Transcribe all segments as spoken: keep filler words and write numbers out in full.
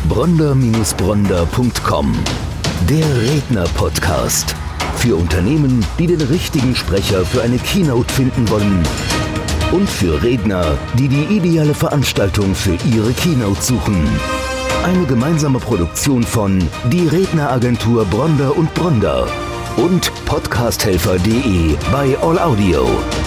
bronder Bindestrich bronder Punkt com. Der Redner-Podcast. Für Unternehmen, die den richtigen Sprecher für eine Keynote finden wollen. Und für Redner, die die ideale Veranstaltung für ihre Keynote suchen. Eine gemeinsame Produktion von die Redneragentur Bronder und Bronder und podcasthelfer punkt de bei All Audio.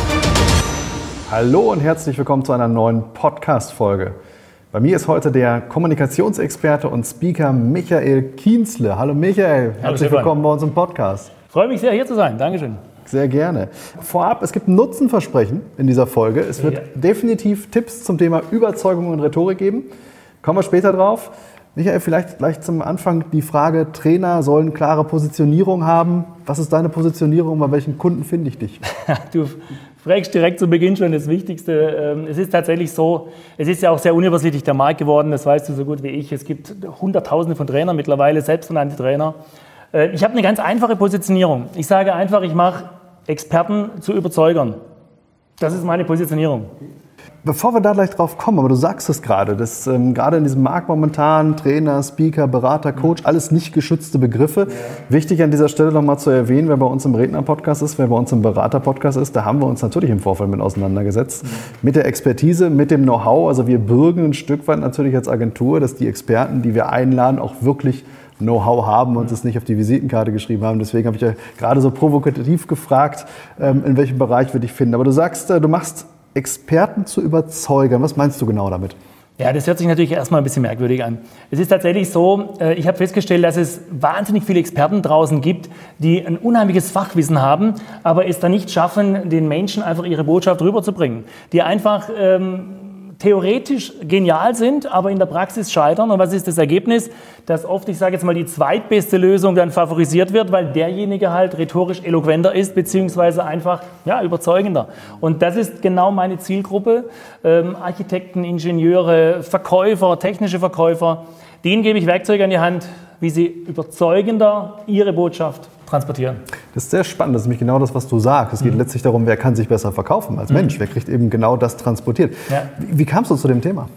Hallo und herzlich willkommen zu einer neuen Podcast-Folge. Bei mir ist heute der Kommunikationsexperte und Speaker Michael Kienzle. Hallo Michael, Hallo herzlich Stefan. willkommen bei uns im Podcast. Freue mich sehr, hier zu sein. Dankeschön. Sehr gerne. Vorab, es gibt ein Nutzenversprechen in dieser Folge. Es wird Ja. definitiv Tipps zum Thema Überzeugung und Rhetorik geben. Kommen wir später drauf. Michael, vielleicht gleich zum Anfang die Frage, Trainer sollen klare Positionierung haben. Was ist deine Positionierung? Bei welchen Kunden finde ich dich? Du fragst direkt zu Beginn schon das Wichtigste. Es ist tatsächlich so, es ist ja auch sehr unübersichtlich der Markt geworden, das weißt du so gut wie ich. Es gibt Hunderttausende von Trainern mittlerweile, selbsternannte Trainer. Ich habe eine ganz einfache Positionierung. Ich sage einfach, ich mache Experten zu Überzeugern. Das ist meine Positionierung. Bevor wir da gleich drauf kommen, aber du sagst es gerade, dass ähm, gerade in diesem Markt momentan Trainer, Speaker, Berater, Coach, alles nicht geschützte Begriffe. Ja. Wichtig an dieser Stelle nochmal zu erwähnen, wer bei uns im Redner-Podcast ist, wer bei uns im Berater-Podcast ist, da haben wir uns natürlich im Vorfeld mit auseinandergesetzt. Mhm. Mit der Expertise, mit dem Know-how. Also wir bürgen ein Stück weit natürlich als Agentur, dass die Experten, die wir einladen, auch wirklich Know-how haben und es nicht auf die Visitenkarte geschrieben haben. Deswegen habe ich ja gerade so provokativ gefragt, ähm, in welchem Bereich wir dich finden. Aber du sagst, äh, du machst Experten zu überzeugen. Was meinst du genau damit? Ja, das hört sich natürlich erstmal ein bisschen merkwürdig an. Es ist tatsächlich so, ich habe festgestellt, dass es wahnsinnig viele Experten draußen gibt, die ein unheimliches Fachwissen haben, aber es dann nicht schaffen, den Menschen einfach ihre Botschaft rüberzubringen. Die einfach ähm, theoretisch genial sind, aber in der Praxis scheitern. Und was ist das Ergebnis? Dass oft, ich sage jetzt mal, die zweitbeste Lösung dann favorisiert wird, weil derjenige halt rhetorisch eloquenter ist, beziehungsweise einfach ja, überzeugender. Und das ist genau meine Zielgruppe. Ähm, Architekten, Ingenieure, Verkäufer, technische Verkäufer. Denen gebe ich Werkzeuge an die Hand, wie sie überzeugender ihre Botschaft transportieren. Das ist sehr spannend, das ist nämlich genau das, was du sagst. Es geht mhm. letztlich darum, wer kann sich besser verkaufen als mhm. Mensch, wer kriegt eben genau das transportiert. Ja. Wie, wie kamst du zu dem Thema?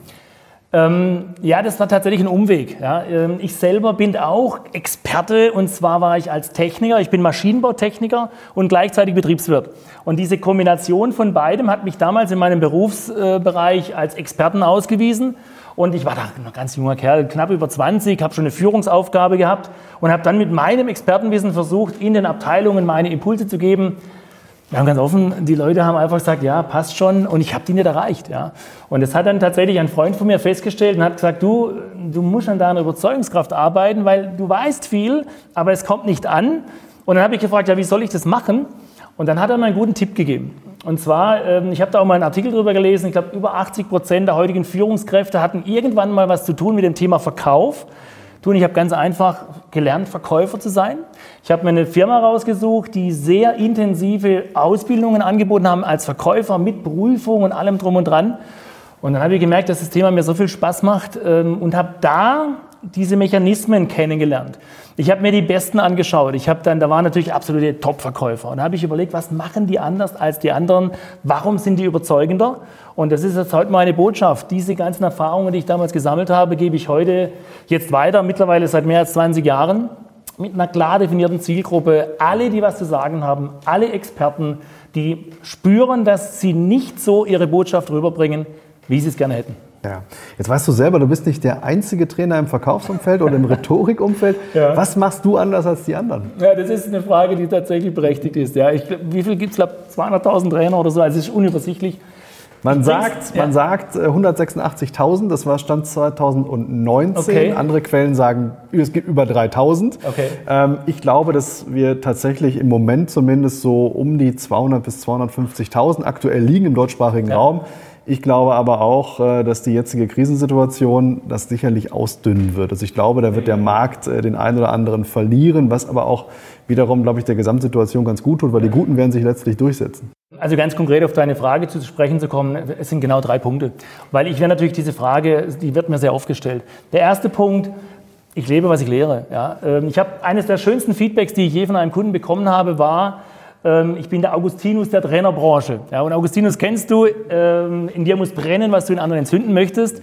Ähm, ja, das war tatsächlich ein Umweg. Ja. Ähm, ich selber bin auch Experte und zwar war ich als Techniker, ich bin Maschinenbautechniker und gleichzeitig Betriebswirt. Und diese Kombination von beidem hat mich damals in meinem Berufsbereich als Experten ausgewiesen. Und ich war da ein ganz junger Kerl, knapp über zwanzig, habe schon eine Führungsaufgabe gehabt und habe dann mit meinem Expertenwissen versucht, in den Abteilungen meine Impulse zu geben. Wir haben ganz offen, die Leute haben einfach gesagt, ja, passt schon und ich habe die nicht erreicht. Ja. Und das hat dann tatsächlich ein Freund von mir festgestellt und hat gesagt, du, du musst an deiner Überzeugungskraft arbeiten, weil du weißt viel, aber es kommt nicht an. Und dann habe ich gefragt, ja, wie soll ich das machen? Und dann hat er mir einen guten Tipp gegeben. Und zwar, ich habe da auch mal einen Artikel drüber gelesen, ich glaube, über achtzig Prozent der heutigen Führungskräfte hatten irgendwann mal was zu tun mit dem Thema Verkauf. Und ich habe ganz einfach gelernt, Verkäufer zu sein. Ich habe mir eine Firma rausgesucht, die sehr intensive Ausbildungen angeboten haben als Verkäufer mit Prüfung und allem drum und dran. Und dann habe ich gemerkt, dass das Thema mir so viel Spaß macht und habe da diese Mechanismen kennengelernt. Ich habe mir die Besten angeschaut. Ich habe dann, da waren natürlich absolute Top-Verkäufer. Und da habe ich überlegt, was machen die anders als die anderen? Warum sind die überzeugender? Und das ist jetzt heute meine Botschaft. Diese ganzen Erfahrungen, die ich damals gesammelt habe, gebe ich heute jetzt weiter, mittlerweile seit mehr als zwanzig Jahren, mit einer klar definierten Zielgruppe. Alle, die was zu sagen haben, alle Experten, die spüren, dass sie nicht so ihre Botschaft rüberbringen, wie sie es gerne hätten. Ja. Jetzt weißt du selber, du bist nicht der einzige Trainer im Verkaufsumfeld oder im Rhetorikumfeld. Ja. Was machst du anders als die anderen? Ja, das ist eine Frage, die tatsächlich berechtigt ist. Ja, ich, wie viel gibt es? Ich glaube, zweihunderttausend Trainer oder so. Also es ist unübersichtlich. Man sagt, man ja. sagt hundertsechsundachtzigtausend, das war Stand zweitausendneunzehn. Okay. Andere Quellen sagen, es gibt über dreitausend. Okay. Ähm, ich glaube, dass wir tatsächlich im Moment zumindest so um die zweihundert bis zweihundertfünfzigtausend aktuell liegen im deutschsprachigen ja. Raum. Ich glaube aber auch, dass die jetzige Krisensituation das sicherlich ausdünnen wird. Also ich glaube, da wird der Markt den einen oder anderen verlieren, was aber auch wiederum, glaube ich, der Gesamtsituation ganz gut tut, weil die Guten werden sich letztlich durchsetzen. Also ganz konkret auf deine Frage zu sprechen zu kommen, es sind genau drei Punkte. Weil ich werde natürlich diese Frage, die wird mir sehr oft gestellt. Der erste Punkt, ich lebe, was ich lehre. Ja, ich habe eines der schönsten Feedbacks, die ich je von einem Kunden bekommen habe, war, ich bin der Augustinus der Trainerbranche. Ja, und Augustinus kennst du, in dir muss brennen, was du in anderen entzünden möchtest.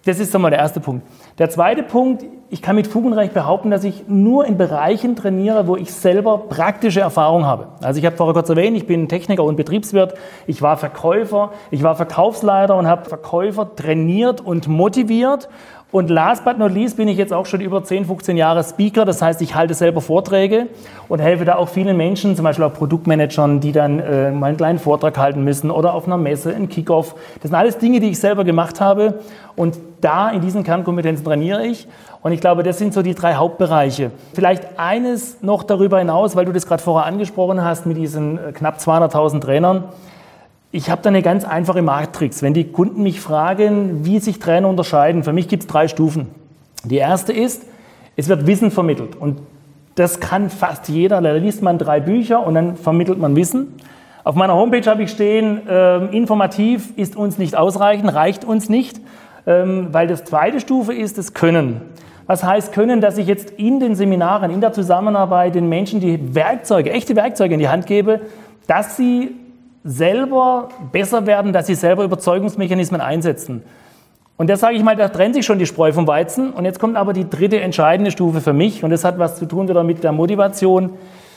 Das ist einmal der erste Punkt. Der zweite Punkt, ich kann mit Fug und Recht behaupten, dass ich nur in Bereichen trainiere, wo ich selber praktische Erfahrung habe. Also ich habe vorher kurz erwähnt, ich bin Techniker und Betriebswirt, ich war Verkäufer, ich war Verkaufsleiter und habe Verkäufer trainiert und motiviert. Und last but not least bin ich jetzt auch schon über zehn, fünfzehn Jahre Speaker. Das heißt, ich halte selber Vorträge und helfe da auch vielen Menschen, zum Beispiel auch Produktmanagern, die dann äh, mal einen kleinen Vortrag halten müssen oder auf einer Messe, einen Kickoff. Das sind alles Dinge, die ich selber gemacht habe. Und da in diesen Kernkompetenzen trainiere ich. Und ich glaube, das sind so die drei Hauptbereiche. Vielleicht eines noch darüber hinaus, weil du das gerade vorher angesprochen hast mit diesen knapp zweihunderttausend Trainern. Ich habe da eine ganz einfache Matrix. Wenn die Kunden mich fragen, wie sich Trainer unterscheiden, für mich gibt es drei Stufen. Die erste ist, es wird Wissen vermittelt. Und das kann fast jeder. Da liest man drei Bücher und dann vermittelt man Wissen. Auf meiner Homepage habe ich stehen, äh, informativ ist uns nicht ausreichend, reicht uns nicht, ähm, weil das zweite Stufe ist das Können. Was heißt Können, dass ich jetzt in den Seminaren, in der Zusammenarbeit den Menschen die Werkzeuge, echte Werkzeuge in die Hand gebe, dass sie selber besser werden, dass sie selber Überzeugungsmechanismen einsetzen. Und da sage ich mal, da trennt sich schon die Spreu vom Weizen. Und jetzt kommt aber die dritte entscheidende Stufe für mich. Und das hat was zu tun wieder mit der Motivation.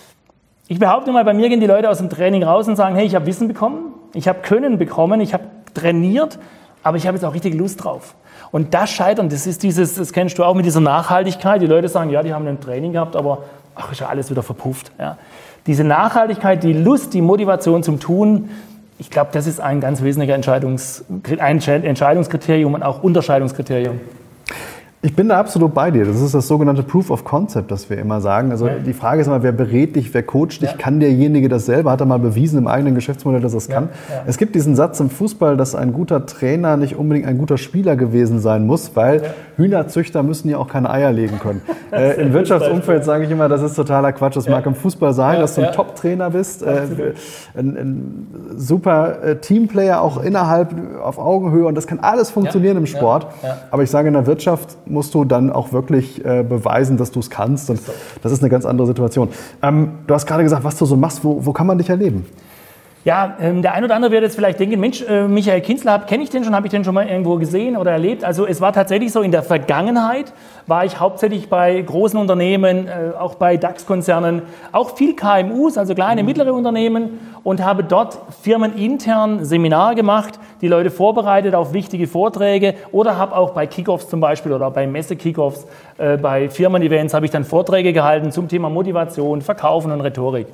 Ich behaupte mal, bei mir gehen die Leute aus dem Training raus und sagen, hey, ich habe Wissen bekommen, ich habe Können bekommen, ich habe trainiert, aber ich habe jetzt auch richtig Lust drauf. Und das Scheitern, das ist dieses, das kennst du auch mit dieser Nachhaltigkeit. Die Leute sagen, ja, die haben ein Training gehabt, aber ach, ist ja alles wieder verpufft. Ja. Diese Nachhaltigkeit, die Lust, die Motivation zum Tun, ich glaube, das ist ein ganz wesentlicher Entscheidungs, ein Entscheidungskriterium und auch Unterscheidungskriterium. Ich bin da absolut bei dir. Das ist das sogenannte Proof of Concept, das wir immer sagen. Also ja. Die Frage ist immer, wer berät dich, wer coacht dich? Ja. Kann derjenige das selber? Hat er mal bewiesen im eigenen Geschäftsmodell, dass er es kann? Ja. Ja. Es gibt diesen Satz im Fußball, dass ein guter Trainer nicht unbedingt ein guter Spieler gewesen sein muss, weil ja. Hühnerzüchter müssen ja auch keine Eier legen können. äh, Im Wirtschaftsumfeld sage ich immer, das ist totaler Quatsch. Das ja. mag im Fußball sein, ja. dass du ein ja. Top-Trainer bist, äh, ein, ein super äh, Teamplayer, auch innerhalb auf Augenhöhe. Und das kann alles funktionieren ja. im Sport. Ja. Ja. Aber ich sage, in der Wirtschaft musst du dann auch wirklich äh, beweisen, dass du es kannst. Und das ist eine ganz andere Situation. Ähm, du hast gerade gesagt, was du so machst. Wo, wo kann man dich erleben? Ja, ähm, der ein oder andere wird jetzt vielleicht denken, Mensch, äh, Michael Kinzler, kenne ich den schon, habe ich den schon mal irgendwo gesehen oder erlebt? Also es war tatsächlich so, in der Vergangenheit war ich hauptsächlich bei großen Unternehmen, äh, auch bei DAX-Konzernen, auch viel K M Us, also kleine, mittlere Unternehmen, und habe dort firmenintern Seminare gemacht, die Leute vorbereitet auf wichtige Vorträge, oder habe auch bei Kickoffs zum Beispiel oder bei Messe-Kickoffs, äh, bei Firmen-Events habe ich dann Vorträge gehalten zum Thema Motivation, Verkaufen und Rhetorik.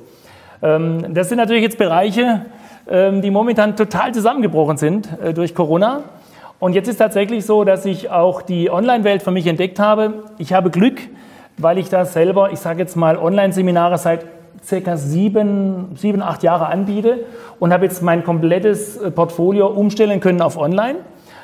Das sind natürlich jetzt Bereiche, die momentan total zusammengebrochen sind durch Corona. Und jetzt ist tatsächlich so, dass ich auch die Online-Welt für mich entdeckt habe. Ich habe Glück, weil ich da selber, ich sage jetzt mal, Online-Seminare seit circa sieben, sieben, acht Jahre anbiete und habe jetzt mein komplettes Portfolio umstellen können auf Online.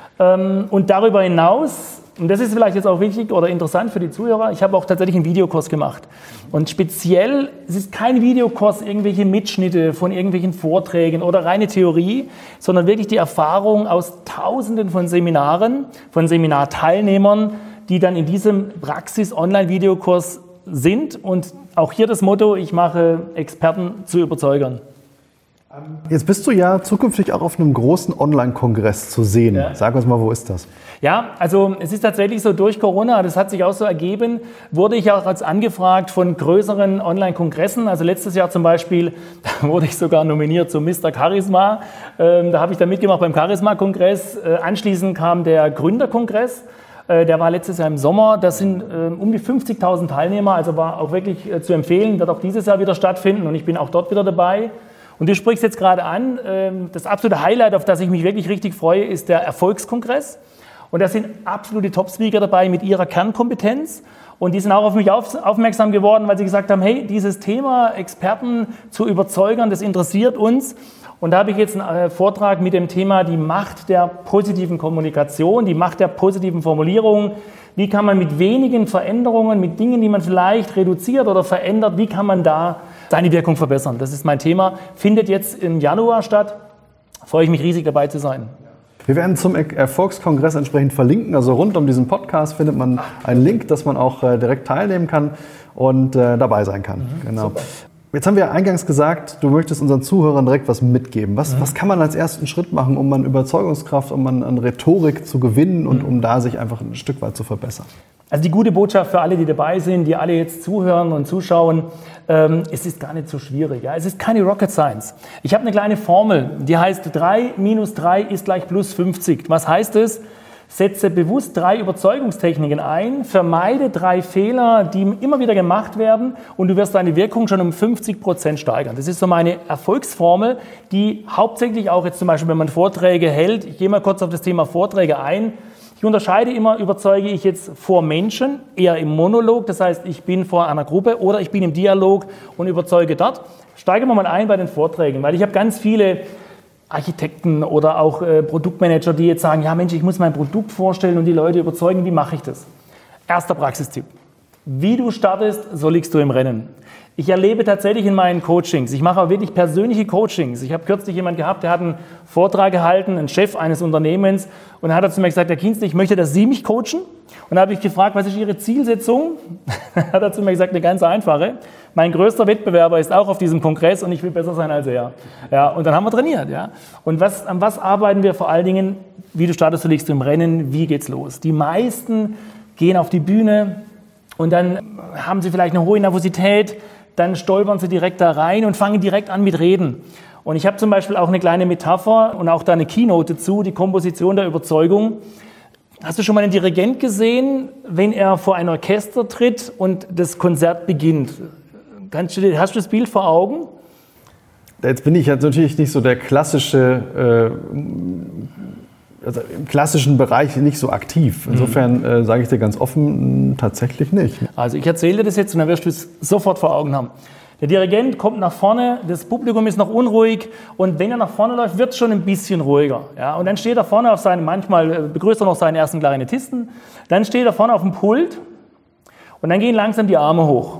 Und darüber hinaus, und das ist vielleicht jetzt auch wichtig oder interessant für die Zuhörer, ich habe auch tatsächlich einen Videokurs gemacht. Und speziell, es ist kein Videokurs, irgendwelche Mitschnitte von irgendwelchen Vorträgen oder reine Theorie, sondern wirklich die Erfahrung aus Tausenden von Seminaren, von Seminarteilnehmern, die dann in diesem Praxis-Online-Videokurs sind. Und auch hier das Motto, ich mache Experten zu Überzeugern. Jetzt bist du ja zukünftig auch auf einem großen Online-Kongress zu sehen. Ja. Sag uns mal, wo ist das? Ja, also es ist tatsächlich so, durch Corona, das hat sich auch so ergeben, wurde ich auch als angefragt von größeren Online-Kongressen. Also letztes Jahr zum Beispiel, da wurde ich sogar nominiert zum Mister Charisma. Ähm, da habe ich dann mitgemacht beim Charisma-Kongress. Äh, anschließend kam der Gründerkongress. Äh, der war letztes Jahr im Sommer. Das sind äh, um die fünfzigtausend Teilnehmer, also war auch wirklich äh, zu empfehlen, wird auch dieses Jahr wieder stattfinden und ich bin auch dort wieder dabei. Und du sprichst jetzt gerade an, das absolute Highlight, auf das ich mich wirklich richtig freue, ist der Erfolgskongress. Und da sind absolute Top-Speaker dabei mit ihrer Kernkompetenz. Und die sind auch auf mich auf, aufmerksam geworden, weil sie gesagt haben, hey, dieses Thema Experten zu überzeugen, das interessiert uns. Und da habe ich jetzt einen Vortrag mit dem Thema die Macht der positiven Kommunikation, die Macht der positiven Formulierung. Wie kann man mit wenigen Veränderungen, mit Dingen, die man vielleicht reduziert oder verändert, wie kann man da seine Wirkung verbessern? Das ist mein Thema. Findet jetzt im Januar statt. Freue ich mich riesig, dabei zu sein. Wir werden zum Erfolgskongress entsprechend verlinken. Also rund um diesen Podcast findet man einen Link, dass man auch äh, direkt teilnehmen kann und äh, dabei sein kann. Mhm, genau. Super. Jetzt haben wir eingangs gesagt, du möchtest unseren Zuhörern direkt was mitgeben. Was, mhm. was kann man als ersten Schritt machen, um an Überzeugungskraft, um an, an Rhetorik zu gewinnen und mhm. um da sich einfach ein Stück weit zu verbessern? Also die gute Botschaft für alle, die dabei sind, die alle jetzt zuhören und zuschauen, ähm, es ist gar nicht so schwierig. Ja? Es ist keine Rocket Science. Ich habe eine kleine Formel, die heißt drei minus drei ist gleich plus fünfzig. Was heißt es? Setze bewusst drei Überzeugungstechniken ein, vermeide drei Fehler, die immer wieder gemacht werden und du wirst deine Wirkung schon um fünfzig Prozent steigern. Das ist so meine Erfolgsformel, die hauptsächlich auch jetzt zum Beispiel, wenn man Vorträge hält, ich gehe mal kurz auf das Thema Vorträge ein. Ich unterscheide immer, überzeuge ich jetzt vor Menschen, eher im Monolog, das heißt, ich bin vor einer Gruppe oder ich bin im Dialog und überzeuge dort. Steigen wir mal ein bei den Vorträgen, weil ich habe ganz viele Architekten oder auch äh, Produktmanager, die jetzt sagen, ja Mensch, ich muss mein Produkt vorstellen und die Leute überzeugen, wie mache ich das? Erster Praxistipp. Wie du startest, so liegst du im Rennen. Ich erlebe tatsächlich in meinen Coachings, ich mache auch wirklich persönliche Coachings. Ich habe kürzlich jemanden gehabt, der hat einen Vortrag gehalten, ein Chef eines Unternehmens, und dann hat er zu mir gesagt, Herr Kienzle, ich möchte, dass Sie mich coachen. Und dann habe ich gefragt, was ist Ihre Zielsetzung? Dann hat er zu mir gesagt, eine ganz einfache. Mein größter Wettbewerber ist auch auf diesem Kongress und ich will besser sein als er. Ja, und dann haben wir trainiert. Ja. Und was, an was arbeiten wir vor allen Dingen? Wie du startest, du liegst im Rennen, wie geht's los? Die meisten gehen auf die Bühne und dann haben sie vielleicht eine hohe Nervosität, dann stolpern sie direkt da rein und fangen direkt an mit Reden. Und ich habe zum Beispiel auch eine kleine Metapher und auch da eine Keynote dazu, die Komposition der Überzeugung. Hast du schon mal einen Dirigent gesehen, wenn er vor ein Orchester tritt und das Konzert beginnt? Kannst du, hast du das Bild vor Augen? Jetzt bin ich jetzt natürlich nicht so der klassische, äh, also im klassischen Bereich nicht so aktiv. Insofern äh, sage ich dir ganz offen, tatsächlich nicht. Also ich erzähle dir das jetzt und dann wirst du es sofort vor Augen haben. Der Dirigent kommt nach vorne, das Publikum ist noch unruhig und wenn er nach vorne läuft, wird es schon ein bisschen ruhiger. Ja? Und dann steht er vorne auf seinen, manchmal begrüßt er noch seinen ersten Klarinettisten, dann steht er vorne auf dem Pult und dann gehen langsam die Arme hoch.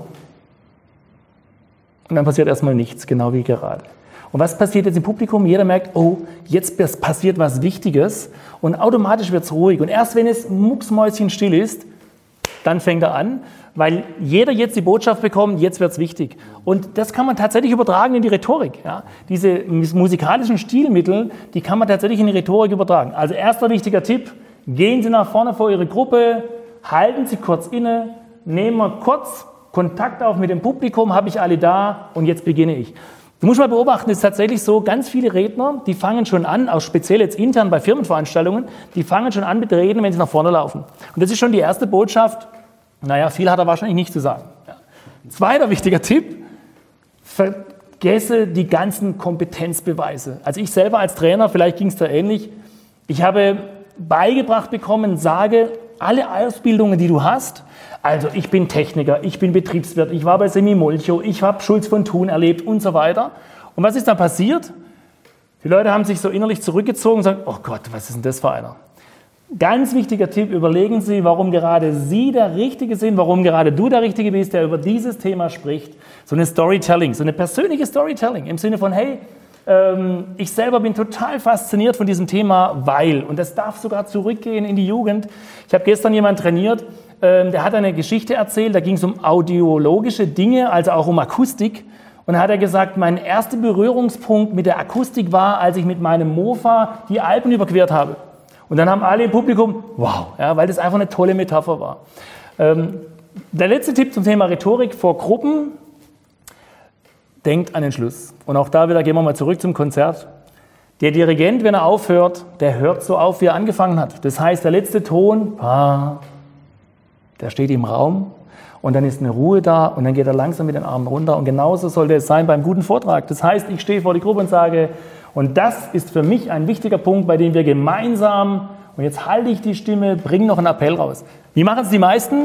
Und dann passiert erstmal nichts, genau wie gerade. Und was passiert jetzt im Publikum? Jeder merkt, oh, jetzt passiert was Wichtiges und automatisch wird es ruhig. Und erst wenn es mucksmäuschenstill ist, dann fängt er an, weil jeder jetzt die Botschaft bekommt, jetzt wird es wichtig. Und das kann man tatsächlich übertragen in die Rhetorik. Ja? Diese musikalischen Stilmittel, die kann man tatsächlich in die Rhetorik übertragen. Also erster wichtiger Tipp, gehen Sie nach vorne vor Ihre Gruppe, halten Sie kurz inne, nehmen wir kurz Kontakt auf mit dem Publikum, habe ich alle da und jetzt beginne ich. Du musst mal beobachten, es ist tatsächlich so, ganz viele Redner, die fangen schon an, auch speziell jetzt intern bei Firmenveranstaltungen, die fangen schon an mit Reden, wenn sie nach vorne laufen. Und das ist schon die erste Botschaft, naja, viel hat er wahrscheinlich nicht zu sagen. Ja. Zweiter wichtiger Tipp, vergesse die ganzen Kompetenzbeweise. Also ich selber als Trainer, vielleicht ging es da ähnlich, ich habe beigebracht bekommen, sage, alle Ausbildungen, die du hast, also ich bin Techniker, ich bin Betriebswirt, ich war bei Semimolcho, ich habe Schulz von Thun erlebt und so weiter. Und was ist dann passiert? Die Leute haben sich so innerlich zurückgezogen und sagen, oh Gott, was ist denn das für einer? Ganz wichtiger Tipp, überlegen Sie, warum gerade Sie der Richtige sind, warum gerade du der Richtige bist, der über dieses Thema spricht. So eine Storytelling, so eine persönliche Storytelling im Sinne von, hey, ähm, ich selber bin total fasziniert von diesem Thema, weil, und das darf sogar zurückgehen in die Jugend. Ich habe gestern jemanden trainiert, ähm, der hat eine Geschichte erzählt, da ging es um audiologische Dinge, also auch um Akustik. Und da hat er gesagt, mein erster Berührungspunkt mit der Akustik war, als ich mit meinem Mofa die Alpen überquert habe. Und dann haben alle im Publikum, wow, ja, weil das einfach eine tolle Metapher war. Ähm, der letzte Tipp zum Thema Rhetorik vor Gruppen, denkt an den Schluss. Und auch da wieder gehen wir mal zurück zum Konzert. Der Dirigent, wenn er aufhört, der hört so auf, wie er angefangen hat. Das heißt, der letzte Ton, der steht im Raum und dann ist eine Ruhe da und dann geht er langsam mit den Armen runter. Und genauso sollte es sein beim guten Vortrag. Das heißt, ich stehe vor die Gruppe und sage, und das ist für mich ein wichtiger Punkt, bei dem wir gemeinsam, und jetzt halte ich die Stimme, bringen noch einen Appell raus. Wie machen es die meisten?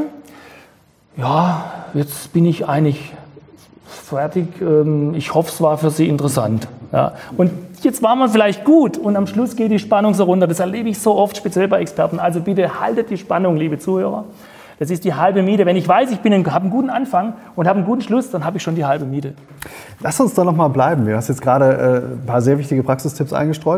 Ja, jetzt bin ich eigentlich fertig. Ich hoffe, es war für Sie interessant. Ja. Und jetzt war man vielleicht gut und am Schluss geht die Spannung so runter. Das erlebe ich so oft, speziell bei Experten. Also bitte haltet die Spannung, liebe Zuhörer. Das ist die halbe Miete. Wenn ich weiß, ich bin habe einen guten Anfang und habe einen guten Schluss, dann habe ich schon die halbe Miete. Lass uns da noch mal bleiben. Du hast jetzt gerade äh, ein paar sehr wichtige Praxistipps eingestreut.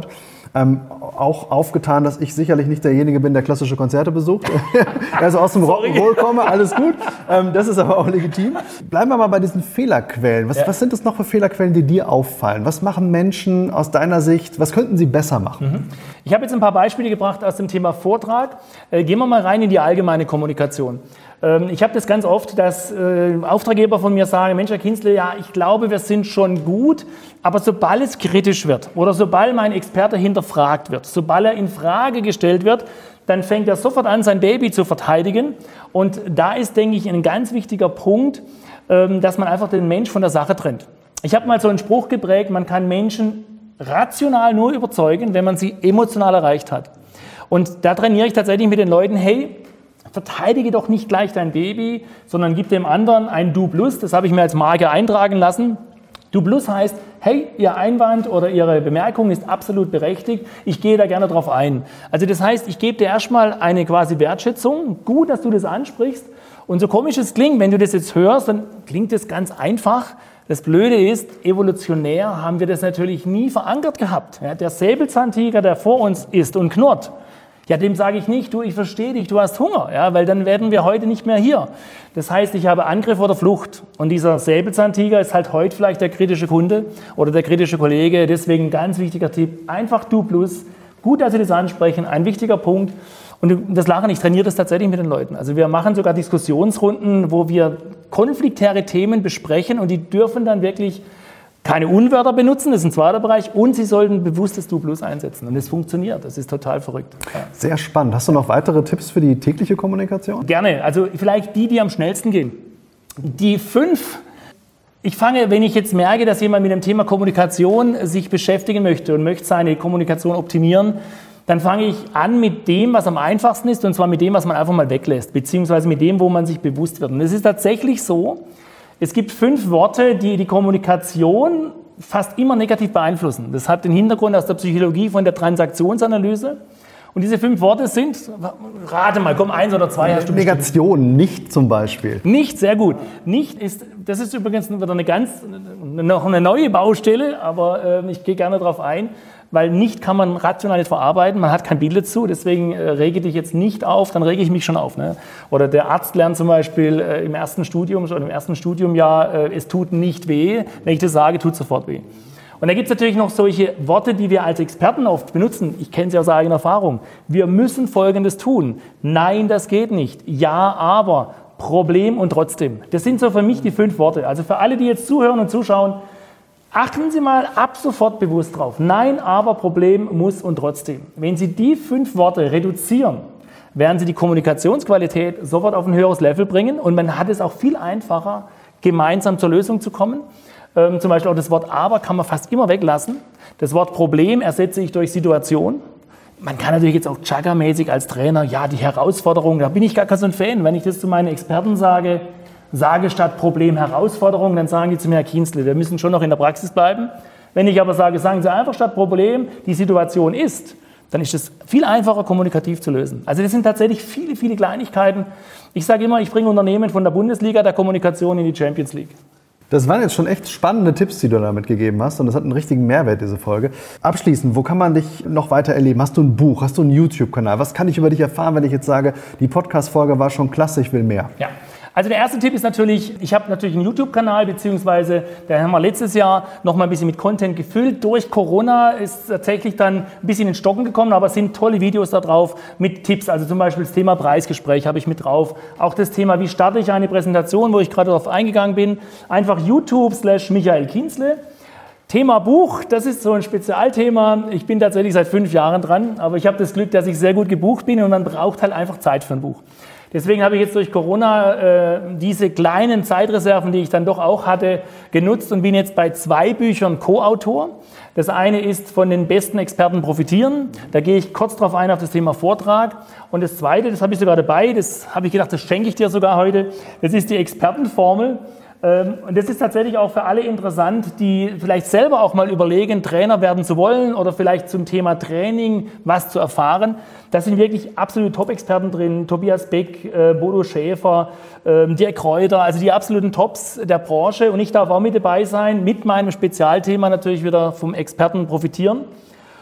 Ähm, auch aufgetan, dass ich sicherlich nicht derjenige bin, der klassische Konzerte besucht. Also aus dem Rock'n'Roll komme, alles gut. Ähm, das ist aber auch legitim. Bleiben wir mal bei diesen Fehlerquellen. Was, ja. was sind das noch für Fehlerquellen, die dir auffallen? Was machen Menschen aus deiner Sicht, was könnten sie besser machen? Mhm. Ich habe jetzt ein paar Beispiele gebracht aus dem Thema Vortrag. Äh, gehen wir mal rein in die allgemeine Kommunikation. Ähm, ich habe das ganz oft, dass äh, Auftraggeber von mir sagen, Mensch, Herr Kinzle, ja, ich glaube, wir sind schon gut, aber sobald es kritisch wird oder sobald mein Experte hinterfragt wird, sobald er in Frage gestellt wird, dann fängt er sofort an, sein Baby zu verteidigen. Und da ist, denke ich, ein ganz wichtiger Punkt, ähm, dass man einfach den Mensch von der Sache trennt. Ich habe mal so einen Spruch geprägt, man kann Menschen rational nur überzeugen, wenn man sie emotional erreicht hat. Und da trainiere ich tatsächlich mit den Leuten, hey, verteidige doch nicht gleich dein Baby, sondern gib dem anderen ein Du Plus. Das habe ich mir als Marke eintragen lassen. Du Plus heißt, hey, Ihr Einwand oder Ihre Bemerkung ist absolut berechtigt. Ich gehe da gerne drauf ein. Also das heißt, ich gebe dir erstmal eine quasi Wertschätzung. Gut, dass du das ansprichst. Und so komisch es klingt, wenn du das jetzt hörst, dann klingt das ganz einfach. Das Blöde ist, evolutionär haben wir das natürlich nie verankert gehabt. Ja, der Säbelzahntiger, der vor uns ist und knurrt, ja, dem sage ich nicht, du, ich verstehe dich, du hast Hunger, ja, weil dann werden wir heute nicht mehr hier. Das heißt, ich habe Angriff oder Flucht. Und dieser Säbelzahntiger ist halt heute vielleicht der kritische Kunde oder der kritische Kollege. Deswegen ein ganz wichtiger Tipp, einfach Du Plus. Gut, dass Sie das ansprechen, ein wichtiger Punkt. Und das Lachen, ich trainiere das tatsächlich mit den Leuten. Also wir machen sogar Diskussionsrunden, wo wir konfliktäre Themen besprechen und die dürfen dann wirklich keine Unwörter benutzen, das ist ein zweiter Bereich, und sie sollten bewusstes Du Plus einsetzen. Und es funktioniert, das ist total verrückt. Ja. Sehr spannend. Hast du noch weitere Tipps für die tägliche Kommunikation? Gerne, also vielleicht die, die am schnellsten gehen. Die fünf, ich fange, wenn ich jetzt merke, dass jemand mit dem Thema Kommunikation sich beschäftigen möchte und möchte seine Kommunikation optimieren, dann fange ich an mit dem, was am einfachsten ist, und zwar mit dem, was man einfach mal weglässt, beziehungsweise mit dem, wo man sich bewusst wird. Und es ist tatsächlich so, es gibt fünf Worte, die die Kommunikation fast immer negativ beeinflussen. Das hat den Hintergrund aus der Psychologie von der Transaktionsanalyse. Und diese fünf Worte sind, rate mal, komm, eins oder zwei hast du bestimmt. Negation, nicht zum Beispiel. Nicht, sehr gut. Nicht ist, das ist übrigens wieder eine ganz, noch eine neue Baustelle, aber äh, ich gehe gerne darauf ein, weil nicht kann man rational nicht verarbeiten, man hat kein Bild dazu, deswegen äh, rege dich jetzt nicht auf, dann rege ich mich schon auf. Ne? Oder der Arzt lernt zum Beispiel äh, im ersten Studium oder im ersten Studiumjahr, äh, es tut nicht weh, wenn ich das sage, tut sofort weh. Und da gibt es natürlich noch solche Worte, die wir als Experten oft benutzen. Ich kenne sie aus eigener Erfahrung. Wir müssen Folgendes tun. Nein, das geht nicht. Ja, aber. Problem und trotzdem. Das sind so für mich die fünf Worte. Also für alle, die jetzt zuhören und zuschauen, achten Sie mal ab sofort bewusst drauf. Nein, aber, Problem, muss und trotzdem. Wenn Sie die fünf Worte reduzieren, werden Sie die Kommunikationsqualität sofort auf ein höheres Level bringen und man hat es auch viel einfacher, gemeinsam zur Lösung zu kommen. Ähm, zum Beispiel auch das Wort aber kann man fast immer weglassen. Das Wort Problem ersetze ich durch Situation. Man kann natürlich jetzt auch Chagga-mäßig als Trainer, ja, die Herausforderung, da bin ich gar kein so ein Fan. Wenn ich das zu meinen Experten sage, sage statt Problem Herausforderung, dann sagen die zu mir, Herr Kinzle, wir müssen schon noch in der Praxis bleiben. Wenn ich aber sage, sagen Sie einfach statt Problem, die Situation ist, dann ist es viel einfacher, kommunikativ zu lösen. Also das sind tatsächlich viele, viele Kleinigkeiten. Ich sage immer, ich bringe Unternehmen von der Bundesliga der Kommunikation in die Champions League. Das waren jetzt schon echt spannende Tipps, die du damit gegeben hast und das hat einen richtigen Mehrwert, diese Folge. Abschließend, wo kann man dich noch weiter erleben? Hast du ein Buch? Hast du einen YouTube-Kanal? Was kann ich über dich erfahren, wenn ich jetzt sage, die Podcast-Folge war schon klasse, ich will mehr? Ja. Also der erste Tipp ist natürlich, ich habe natürlich einen YouTube-Kanal, beziehungsweise da haben wir letztes Jahr noch mal ein bisschen mit Content gefüllt. Durch Corona ist tatsächlich dann ein bisschen in Stocken gekommen, aber es sind tolle Videos da drauf mit Tipps. Also zum Beispiel das Thema Preisgespräch habe ich mit drauf. Auch das Thema, wie starte ich eine Präsentation, wo ich gerade darauf eingegangen bin. Einfach YouTube slash Michael Kinzle. Thema Buch, das ist so ein Spezialthema. Ich bin tatsächlich seit fünf Jahren dran, aber ich habe das Glück, dass ich sehr gut gebucht bin und man braucht halt einfach Zeit für ein Buch. Deswegen habe ich jetzt durch Corona äh, diese kleinen Zeitreserven, die ich dann doch auch hatte, genutzt und bin jetzt bei zwei Büchern Co-Autor. Das eine ist von den besten Experten profitieren. Da gehe ich kurz drauf ein auf das Thema Vortrag. Und das zweite, das habe ich sogar dabei, das habe ich gedacht, das schenke ich dir sogar heute. Das ist die Expertenformel. Und das ist tatsächlich auch für alle interessant, die vielleicht selber auch mal überlegen, Trainer werden zu wollen oder vielleicht zum Thema Training was zu erfahren. Da sind wirklich absolute Top-Experten drin, Tobias Beck, äh, Bodo Schäfer, äh, Dirk Kräuter, also die absoluten Tops der Branche. Und ich darf auch mit dabei sein, mit meinem Spezialthema natürlich wieder vom Experten profitieren.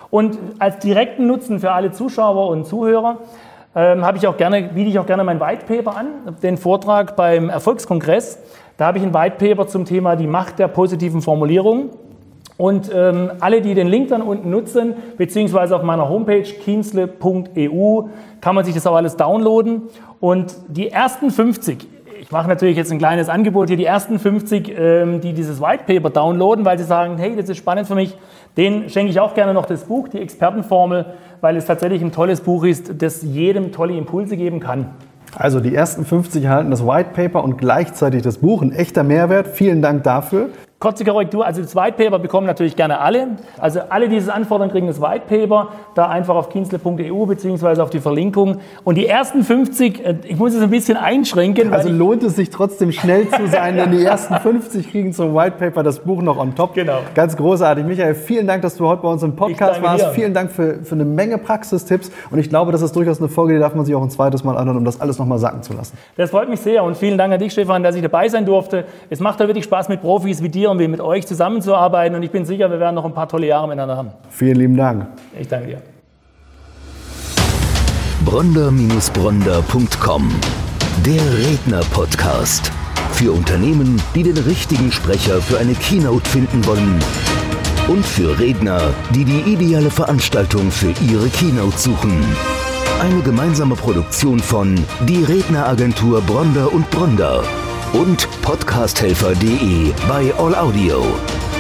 Und als direkten Nutzen für alle Zuschauer und Zuhörer ähm, habe ich auch gerne, biete ich auch gerne mein White Paper an, den Vortrag beim Erfolgskongress. Da habe ich ein White Paper zum Thema die Macht der positiven Formulierung. Und ähm, alle, die den Link dann unten nutzen, beziehungsweise auf meiner Homepage kienzle punkt e u, kann man sich das auch alles downloaden. Und die ersten fünfzig, ich mache natürlich jetzt ein kleines Angebot hier, die ersten fünfzig, ähm, die dieses White Paper downloaden, weil sie sagen, hey, das ist spannend für mich, denen schenke ich auch gerne noch das Buch, die Expertenformel, weil es tatsächlich ein tolles Buch ist, das jedem tolle Impulse geben kann. Also die ersten fünfzig erhalten das White Paper und gleichzeitig das Buch, ein echter Mehrwert. Vielen Dank dafür. Kurze Korrektur, also das White Paper bekommen natürlich gerne alle. Also alle, die dieses anfordern, kriegen das White Paper. Da einfach auf kienzle punkt e u beziehungsweise auf die Verlinkung. Und die ersten fünfzig, ich muss es ein bisschen einschränken. Also weil lohnt es sich trotzdem schnell zu sein, denn die ersten fünfzig kriegen zum White Paper das Buch noch on top. Genau. Ganz großartig. Michael, vielen Dank, dass du heute bei uns im Podcast warst. Dir. Vielen Dank für, für eine Menge Praxistipps. Und ich glaube, das ist durchaus eine Folge, die darf man sich auch ein zweites Mal anhören, um das alles nochmal sacken zu lassen. Das freut mich sehr und vielen Dank an dich, Stefan, dass ich dabei sein durfte. Es macht da wirklich Spaß mit Profis wie dir und wie mit euch zusammen zusammenzuarbeiten und ich bin sicher, wir werden noch ein paar tolle Jahre miteinander haben. Vielen lieben Dank. Ich danke dir. Bronder Bronder punkt com. Der Redner-Podcast. Für Unternehmen, die den richtigen Sprecher für eine Keynote finden wollen. Und für Redner, die die ideale Veranstaltung für ihre Keynote suchen. Eine gemeinsame Produktion von die Redneragentur Bronder und Bronder und podcasthelfer punkt de bei All Audio.